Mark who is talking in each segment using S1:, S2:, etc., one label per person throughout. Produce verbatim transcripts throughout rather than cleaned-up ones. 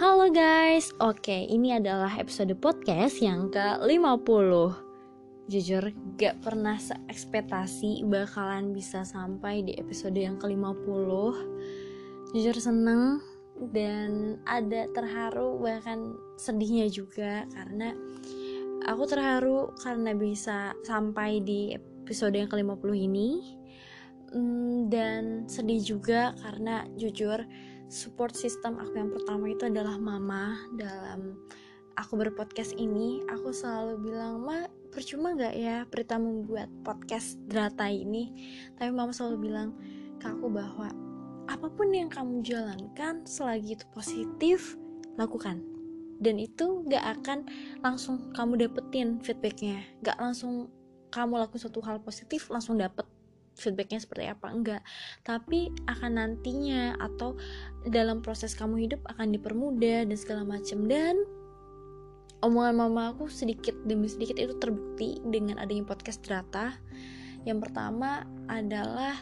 S1: Halo guys, oke ini adalah episode podcast yang ke lima puluh. Jujur gak pernah seekspektasi bakalan bisa sampai di episode yang ke lima puluh. Jujur seneng dan ada terharu, bahkan sedihnya juga. Karena aku terharu karena bisa sampai di episode yang ke lima puluh ini. Dan sedih juga karena jujur support system aku yang pertama itu adalah mama. Dalam aku berpodcast ini, aku selalu bilang, Ma, percuma gak ya Prita membuat podcast Drata ini? Tapi mama selalu bilang ke aku bahwa apapun yang kamu jalankan, selagi itu positif, lakukan. Dan itu gak akan langsung kamu dapetin feedbacknya. Gak langsung kamu lakukan suatu hal positif langsung dapet feedbacknya seperti apa, enggak. Tapi akan nantinya atau dalam proses kamu hidup akan dipermudah dan segala macam. Dan omongan mama aku sedikit demi sedikit itu terbukti dengan adanya podcast Drata. Yang pertama adalah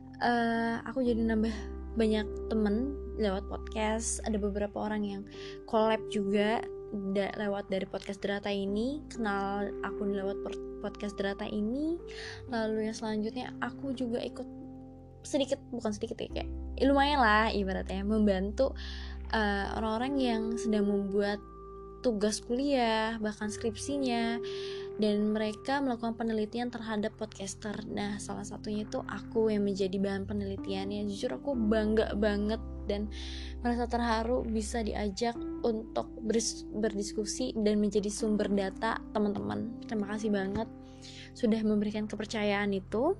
S1: uh, aku jadi nambah banyak temen lewat podcast. Ada beberapa orang yang collab juga da- lewat dari podcast Drata ini, kenal aku lewat podcast Drata ini. Lalu yang selanjutnya aku juga ikut sedikit, bukan sedikit ya, kayak lumayan lah ibaratnya membantu uh, orang-orang yang sedang membuat tugas kuliah, bahkan skripsinya, dan mereka melakukan penelitian terhadap podcaster. Nah, salah satunya itu aku yang menjadi bahan penelitiannya. Jujur aku bangga banget dan merasa terharu bisa diajak untuk berdiskusi dan menjadi sumber data teman-teman. Terima kasih banget sudah memberikan kepercayaan itu.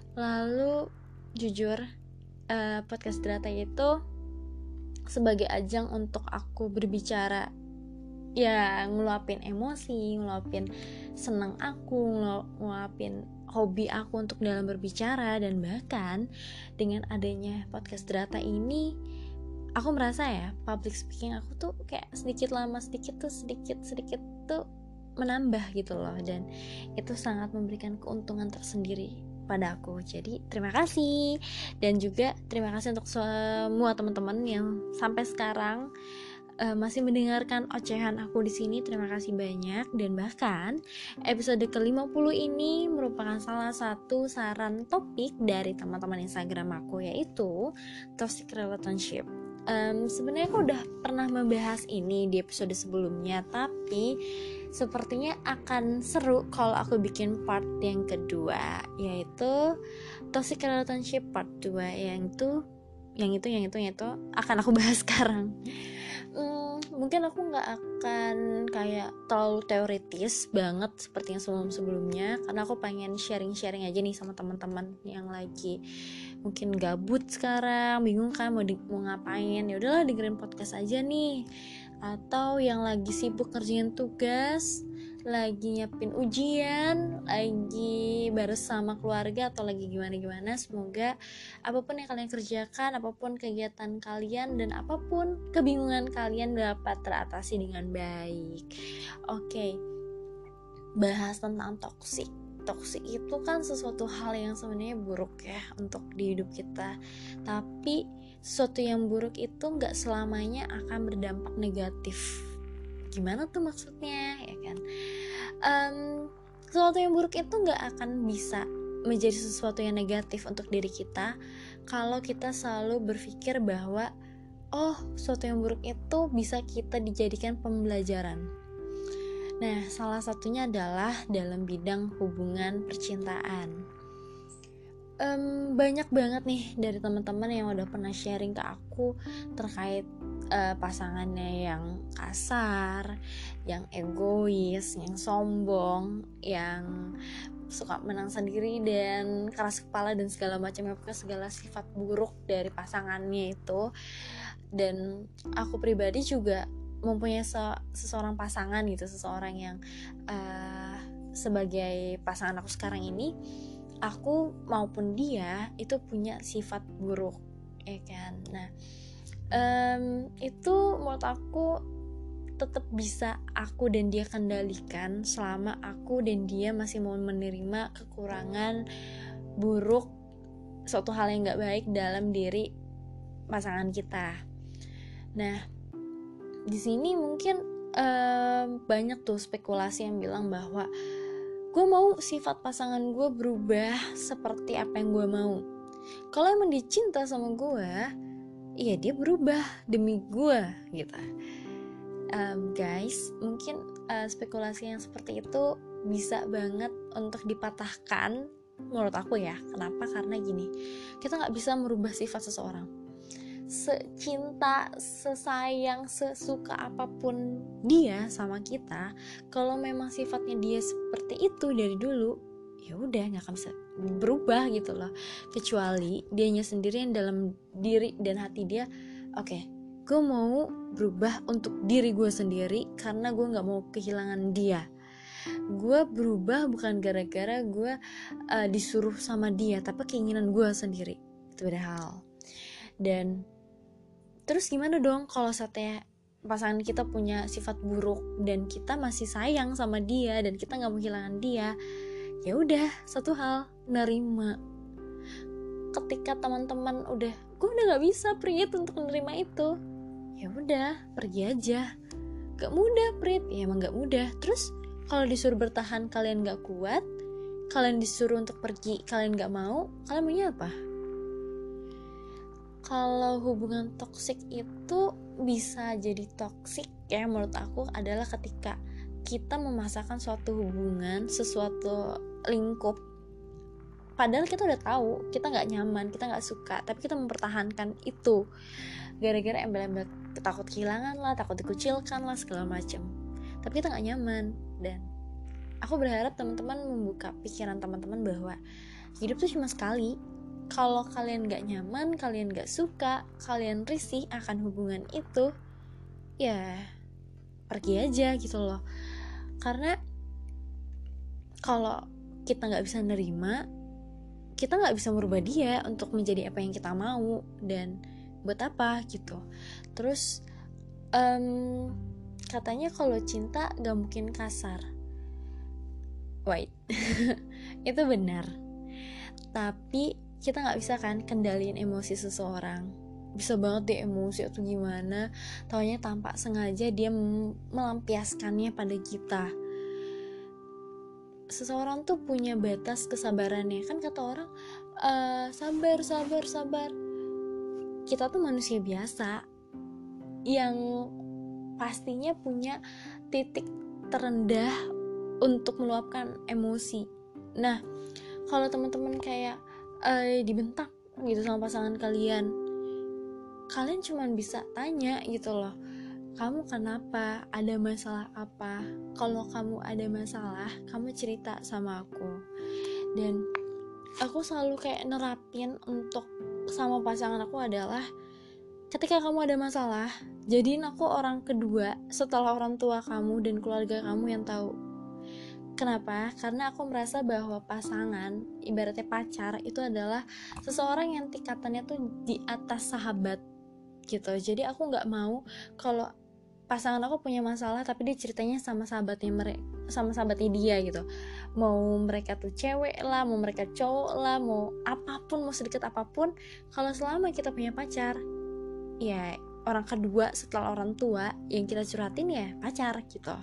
S1: Lalu jujur uh, podcast Drata itu sebagai ajang untuk aku berbicara, ya ngeluapin emosi, ngeluapin senang aku, ngeluapin hobi aku untuk dalam berbicara. Dan bahkan dengan adanya podcast Drata ini, aku merasa ya public speaking aku tuh kayak sedikit lama sedikit tuh sedikit sedikit tuh menambah gitu loh. Dan itu sangat memberikan keuntungan tersendiri pada aku. Jadi terima kasih. Dan juga terima kasih untuk semua teman-teman yang sampai sekarang Uh, masih mendengarkan ocehan aku di sini. Terima kasih banyak. Dan bahkan episode ke lima puluh ini merupakan salah satu saran topik dari teman-teman Instagram aku, yaitu toxic relationship. Um, sebenarnya aku udah pernah membahas ini di episode sebelumnya, tapi sepertinya akan seru kalau aku bikin part yang kedua, yaitu toxic relationship part dua. Yang itu yang itu yang itu yang itu akan aku bahas sekarang. Hmm, mungkin aku nggak akan kayak terlalu teoritis banget seperti yang sebelum-sebelumnya, karena aku pengen sharing-sharing aja nih sama teman-teman yang lagi mungkin gabut sekarang, bingung kan mau, di- mau ngapain. Ya udahlah dengerin podcast aja nih. Atau yang lagi sibuk ngerjain tugas, lagi nyiapin ujian, lagi bersama keluarga, atau lagi gimana-gimana. Semoga apapun yang kalian kerjakan, apapun kegiatan kalian, dan apapun kebingungan kalian dapat teratasi dengan baik. Oke, bahas tentang toksik. Toksik itu kan sesuatu hal yang sebenarnya buruk ya untuk di hidup kita. Tapi sesuatu yang buruk itu gak selamanya akan berdampak negatif. Gimana tuh maksudnya, ya kan? Um, sesuatu yang buruk itu gak akan bisa menjadi sesuatu yang negatif untuk diri kita kalau kita selalu berpikir bahwa oh, sesuatu yang buruk itu bisa kita dijadikan pembelajaran. Nah, salah satunya adalah dalam bidang hubungan percintaan. Um, banyak banget nih dari teman-teman yang udah pernah sharing ke aku terkait uh, pasangannya yang kasar, yang egois, yang sombong, yang suka menang sendiri dan keras kepala dan segala macam, segala sifat buruk dari pasangannya itu. Dan aku pribadi juga mempunyai se- seseorang pasangan gitu, seseorang yang uh, sebagai pasangan aku sekarang ini, aku maupun dia itu punya sifat buruk, ya kan. Nah, um, itu menurut aku tetap bisa aku dan dia kendalikan selama aku dan dia masih mau menerima kekurangan buruk, suatu hal yang gak baik dalam diri pasangan kita. Nah, di sini mungkin uh, banyak tuh spekulasi yang bilang bahwa gue mau sifat pasangan gue berubah seperti apa yang gue mau. Kalau emang dia cinta sama gue, iya dia berubah demi gue gitu. Um, guys, mungkin uh, spekulasi yang seperti itu bisa banget untuk dipatahkan menurut aku ya. Kenapa? Karena gini, kita nggak bisa merubah sifat seseorang. Secinta, sesayang, sesuka apapun dia sama kita, kalau memang sifatnya dia seperti itu dari dulu, ya udah nggak akan bisa berubah gitu loh. Kecuali dianya sendiri yang dalam diri dan hati dia, oke, okay, gue mau berubah untuk diri gue sendiri karena gue nggak mau kehilangan dia. Gue berubah bukan gara-gara gue uh, disuruh sama dia, tapi keinginan gue sendiri. Itu beda hal. Dan terus gimana dong kalau saatnya pasangan kita punya sifat buruk dan kita masih sayang sama dia dan kita nggak mau kehilangan dia? Ya udah, satu hal, nerima. Ketika teman-teman udah, gue udah nggak bisa Prit untuk menerima itu, ya udah pergi aja. Gak mudah Prit, ya emang gak mudah. Terus kalau disuruh bertahan kalian gak kuat, kalian disuruh untuk pergi kalian gak mau, kalian maunya apa? Kalau hubungan toksik itu bisa jadi toksik ya menurut aku adalah ketika kita memasakkan suatu hubungan, sesuatu lingkup, padahal kita udah tahu kita nggak nyaman, kita nggak suka, tapi kita mempertahankan itu gara-gara embel-embel takut kehilangan lah, takut dikucilkan lah, segala macam. Tapi kita nggak nyaman. Dan aku berharap teman-teman membuka pikiran teman-teman bahwa hidup tuh cuma sekali. Kalau kalian gak nyaman, kalian gak suka, kalian risih akan hubungan itu, ya pergi aja gitu loh. Karena kalau kita gak bisa nerima, kita gak bisa merubah dia untuk menjadi apa yang kita mau. Dan buat apa gitu. Terus um, katanya kalau cinta gak mungkin kasar. Wait, itu benar. Tapi kita gak bisa kan kendaliin emosi seseorang. Bisa banget dia emosi atau gimana, taunya tanpa sengaja dia melampiaskannya pada kita. Seseorang tuh punya batas kesabarannya. Kan kata orang, e, sabar, sabar, sabar. Kita tuh manusia biasa yang pastinya punya titik terendah untuk meluapkan emosi. Nah, kalau teman-teman kayak Uh, dibentak gitu sama pasangan kalian, kalian cuma bisa tanya gitu loh, kamu kenapa, ada masalah apa? Kalau kamu ada masalah, kamu cerita sama aku. Dan aku selalu kayak nerapin untuk sama pasangan aku adalah, ketika kamu ada masalah, jadiin aku orang kedua setelah orang tua kamu dan keluarga kamu yang tahu. Kenapa? Karena aku merasa bahwa pasangan, ibaratnya pacar, itu adalah seseorang yang tingkatannya tuh di atas sahabat gitu. Jadi aku gak mau kalau pasangan aku punya masalah tapi dia ceritanya sama sahabatnya mereka, sama sahabatnya dia gitu. Mau mereka tuh cewek lah, mau mereka cowok lah, mau apapun, mau sedekat apapun, kalau selama kita punya pacar, ya orang kedua setelah orang tua yang kita curhatin ya pacar gitu.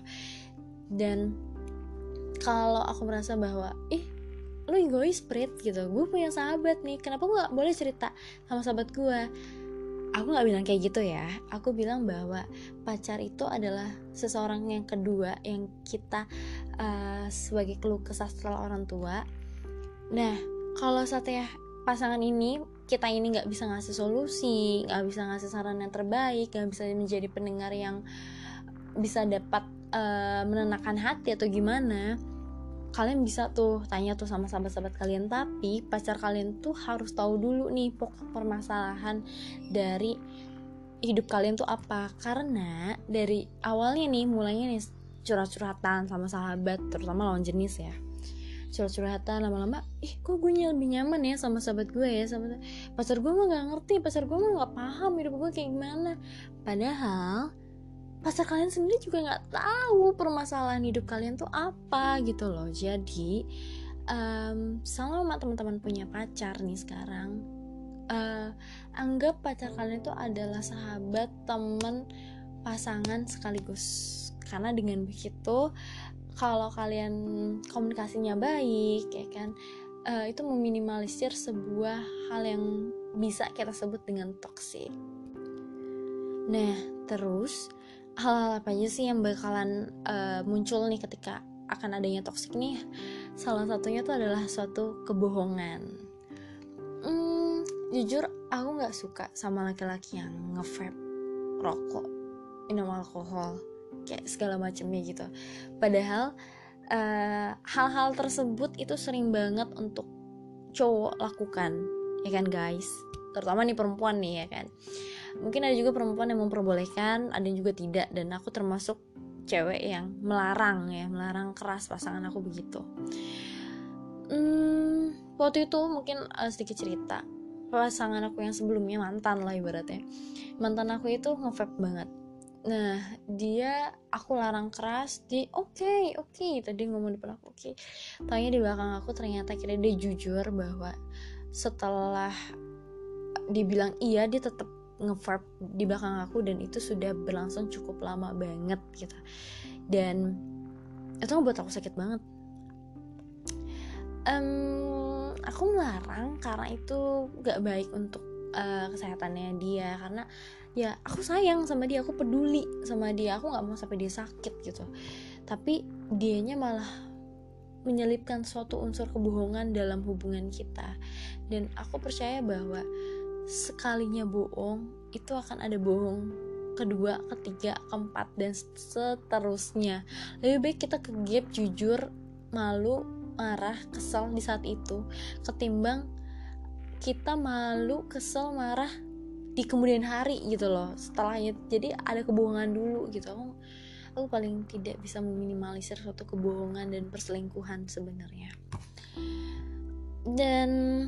S1: Dan kalau aku merasa bahwa ih lu egois Prit gitu, gue punya sahabat nih, kenapa gue gak boleh cerita sama sahabat gue? Aku gak bilang kayak gitu ya. Aku bilang bahwa pacar itu adalah seseorang yang kedua yang kita uh, sebagai keluh kesah setelah orang tua. Nah, kalau saatnya pasangan ini, kita ini gak bisa ngasih solusi, gak bisa ngasih saran yang terbaik, gak bisa menjadi pendengar yang bisa dapat uh, menenangkan hati atau gimana, kalian bisa tuh tanya tuh sama sahabat-sahabat kalian. Tapi pacar kalian tuh harus tahu dulu nih pokok permasalahan dari hidup kalian tuh apa. Karena dari awalnya nih, mulainya nih curhat-curhatan sama sahabat, terutama lawan jenis ya, curhat-curhatan, lama-lama ih kok gue lebih nyaman ya sama sahabat gue ya, sama pacar gue mah gak ngerti, pacar gue mah gak paham hidup gue kayak gimana. Padahal pacar kalian sendiri juga nggak tahu permasalahan hidup kalian tuh apa gitu loh. Jadi um, selama teman-teman punya pacar nih sekarang, uh, anggap pacar kalian tuh adalah sahabat, teman, pasangan sekaligus. Karena dengan begitu kalau kalian komunikasinya baik ya kan, uh, itu meminimalisir sebuah hal yang bisa kita sebut dengan toksik. Nah, terus hal-hal apa aja sih yang bakalan uh, muncul nih ketika akan adanya toksik nih? Salah satunya tuh adalah suatu kebohongan. Hmm, jujur aku nggak suka sama laki-laki yang nge-vape, rokok, minum alkohol, kayak segala macamnya gitu. Padahal uh, hal-hal tersebut itu sering banget untuk cowok lakukan, ya kan guys? Terutama nih perempuan nih ya kan. Mungkin ada juga perempuan yang memperbolehkan, ada yang juga tidak, dan aku termasuk cewek yang melarang ya, melarang keras pasangan aku begitu. Hmm, waktu itu mungkin uh, sedikit cerita. Pasangan aku yang sebelumnya, mantan lah ibaratnya, mantan aku itu nge-vape banget. Nah, dia aku larang keras, dia oke, okay, oke, okay. Tadi ngomong depan aku oke. Okay. Tanya di belakang aku ternyata kira dia jujur bahwa setelah dibilang iya, dia tetap nge-vape di belakang aku, dan itu sudah berlangsung cukup lama banget gitu. Dan itu ngebuat aku sakit banget. Um, aku melarang karena itu gak baik untuk uh, kesehatannya dia, karena ya aku sayang sama dia, aku peduli sama dia, aku gak mau sampai dia sakit gitu. Tapi dianya malah menyelipkan suatu unsur kebohongan dalam hubungan kita. Dan aku percaya bahwa sekalinya bohong, itu akan ada bohong kedua, ketiga, keempat, dan seterusnya. Lebih baik kita kegap, jujur, malu, marah, kesel di saat itu, ketimbang kita malu, kesel, marah di kemudian hari gitu loh, setelahnya. Jadi ada kebohongan dulu gitu. Aku, aku paling tidak bisa meminimalisir suatu kebohongan dan perselingkuhan sebenarnya. Dan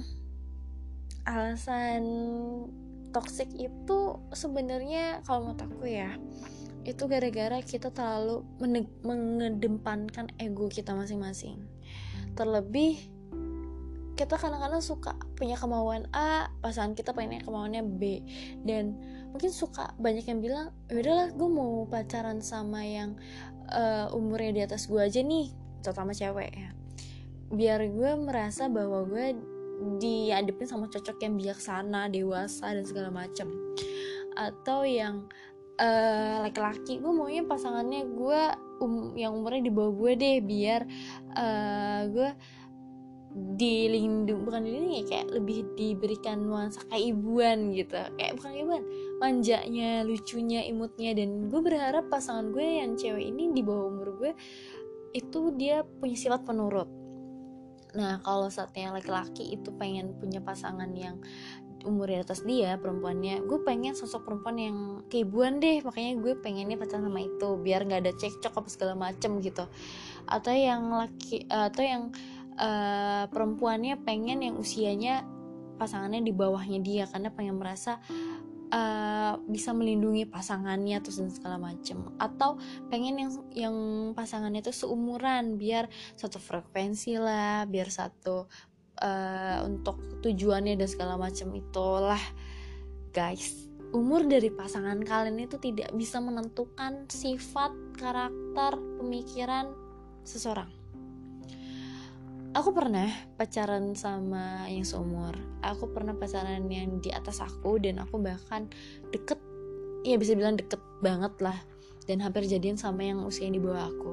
S1: alasan toksik itu sebenarnya kalau menurut aku ya, itu gara-gara kita terlalu meneg- mengedepankan ego kita masing-masing. Terlebih kita kadang-kadang suka punya kemauan A, pasangan kita pengennya kemauannya B, dan mungkin suka banyak yang bilang, yaudahlah gue mau pacaran sama yang uh, umurnya di atas gue aja nih, terutama cewek ya, biar gue merasa bahwa gue dihadapin sama cocok yang bijaksana, dewasa, dan segala macam. Atau yang uh, laki-laki, gue maunya pasangannya gue um, yang umurnya di bawah gue deh, biar uh, gue dilindungi, bukan dilindungi, kayak lebih diberikan nuansa keibuan gitu, kayak bukan keibuan, manjanya, lucunya, imutnya. Dan gue berharap pasangan gue yang cewek ini di bawah umur gue itu dia punya sifat penurut. Nah, kalau saatnya laki-laki itu pengen punya pasangan yang umurnya atas dia, perempuannya, gue pengen sosok perempuan yang keibuan deh, makanya gue pengennya pacaran sama itu biar nggak ada cekcok apa segala macem gitu. Atau yang laki, atau yang uh, perempuannya pengen yang usianya pasangannya di bawahnya dia, karena pengen merasa Uh, bisa melindungi pasangannya terus dan segala macem. Atau pengen yang yang pasangannya itu seumuran, biar satu frekuensi lah, biar satu uh, untuk tujuannya dan segala macem. Itulah guys, umur dari pasangan kalian itu tidak bisa menentukan sifat, karakter, pemikiran seseorang. Aku pernah pacaran sama yang seumur. Aku pernah pacaran yang di atas aku, dan aku bahkan deket, ya bisa bilang deket banget lah, dan hampir jadian sama yang usianya di bawah aku.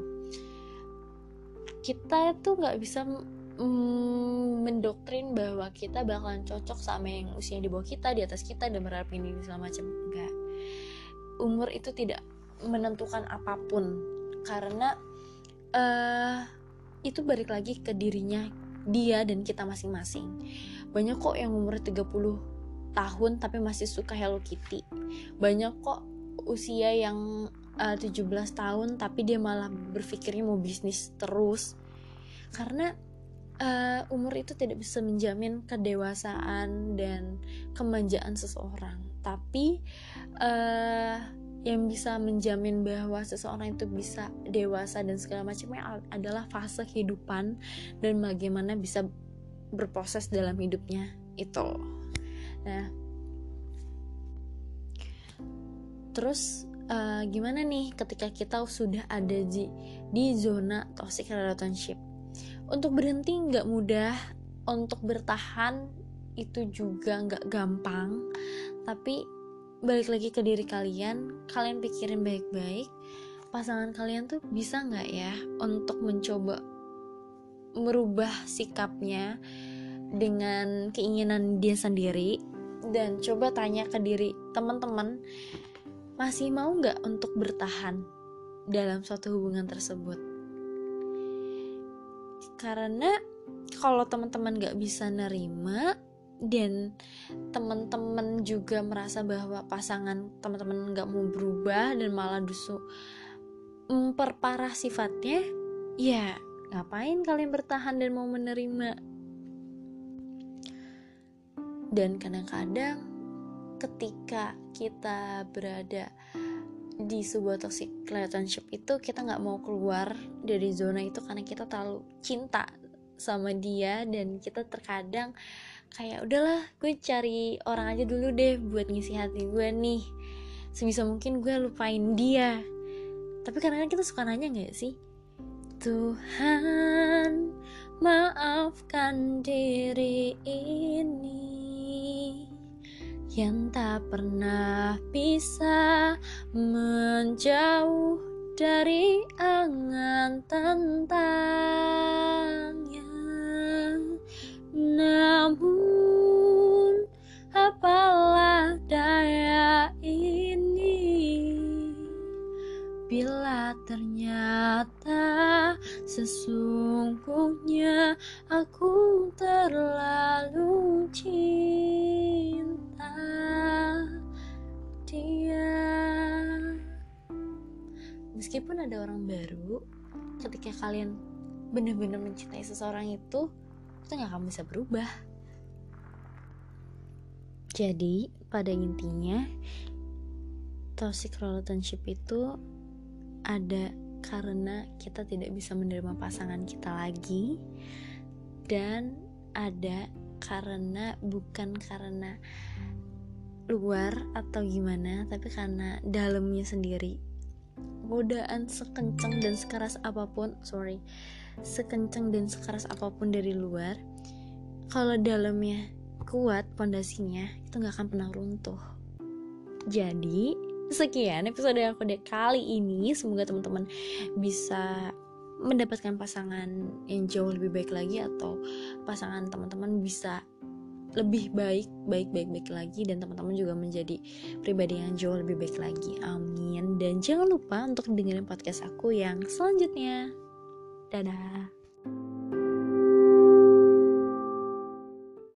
S1: Kita itu gak bisa mm, mendoktrin bahwa kita bakalan cocok sama yang usianya di bawah kita, di atas kita, dan berharap ini segala macam. Enggak. Umur itu tidak menentukan apapun, karena uh, itu balik lagi ke dirinya dia dan kita masing-masing. Banyak kok yang umurnya tiga puluh tahun tapi masih suka Hello Kitty. Banyak kok usia yang uh, tujuh belas tahun tapi dia malah berpikirnya mau bisnis terus. Karena uh, umur itu tidak bisa menjamin kedewasaan dan kemanjaan seseorang. Tapi uh, yang bisa menjamin bahwa seseorang itu bisa dewasa dan segala macamnya adalah fase kehidupan dan bagaimana bisa berproses dalam hidupnya itu. Nah, terus uh, gimana nih ketika kita sudah ada di, di zona toxic relationship. Untuk berhenti nggak mudah, untuk bertahan itu juga nggak gampang. Tapi balik lagi ke diri kalian, kalian pikirin baik-baik, pasangan kalian tuh bisa nggak ya untuk mencoba merubah sikapnya dengan keinginan dia sendiri. Dan coba tanya ke diri teman-teman, masih mau nggak untuk bertahan dalam suatu hubungan tersebut? Karena kalau teman-teman nggak bisa nerima dan teman-teman juga merasa bahwa pasangan teman-teman nggak mau berubah dan malah justru memperparah sifatnya, ya ngapain kalian bertahan dan mau menerima? Dan kadang-kadang ketika kita berada di sebuah toxic relationship itu, kita nggak mau keluar dari zona itu karena kita terlalu cinta sama dia, dan kita terkadang kayak udahlah gue cari orang aja dulu deh buat ngisi hati gue nih, sebisa mungkin gue lupain dia. Tapi kadang-kadang kita suka nanya gak sih, Tuhan maafkan diri ini yang tak pernah bisa menjauh dari angan tentangnya. Namun apalah daya ini bila ternyata sesungguhnya aku terlalu cinta dia. Meskipun ada orang baru, ketika kalian benar-benar mencintai seseorang itu, itu gak akan bisa berubah. Jadi pada intinya, toxic relationship itu ada karena kita tidak bisa menerima pasangan kita lagi, dan ada karena bukan karena luar atau gimana, tapi karena dalamnya sendiri. Godaan sekencang dan sekeras apapun, sorry, sekencang dan sekeras apapun dari luar, kalau dalamnya kuat pondasinya, itu gak akan pernah runtuh. Jadi sekian episode aku deh kali ini. Semoga teman-teman bisa mendapatkan pasangan yang jauh lebih baik lagi, atau pasangan teman-teman bisa lebih baik, baik, baik, baik lagi, dan teman-teman juga menjadi pribadi yang jauh lebih baik lagi. Amin. Dan jangan lupa untuk dengerin podcast aku yang selanjutnya. Dadah.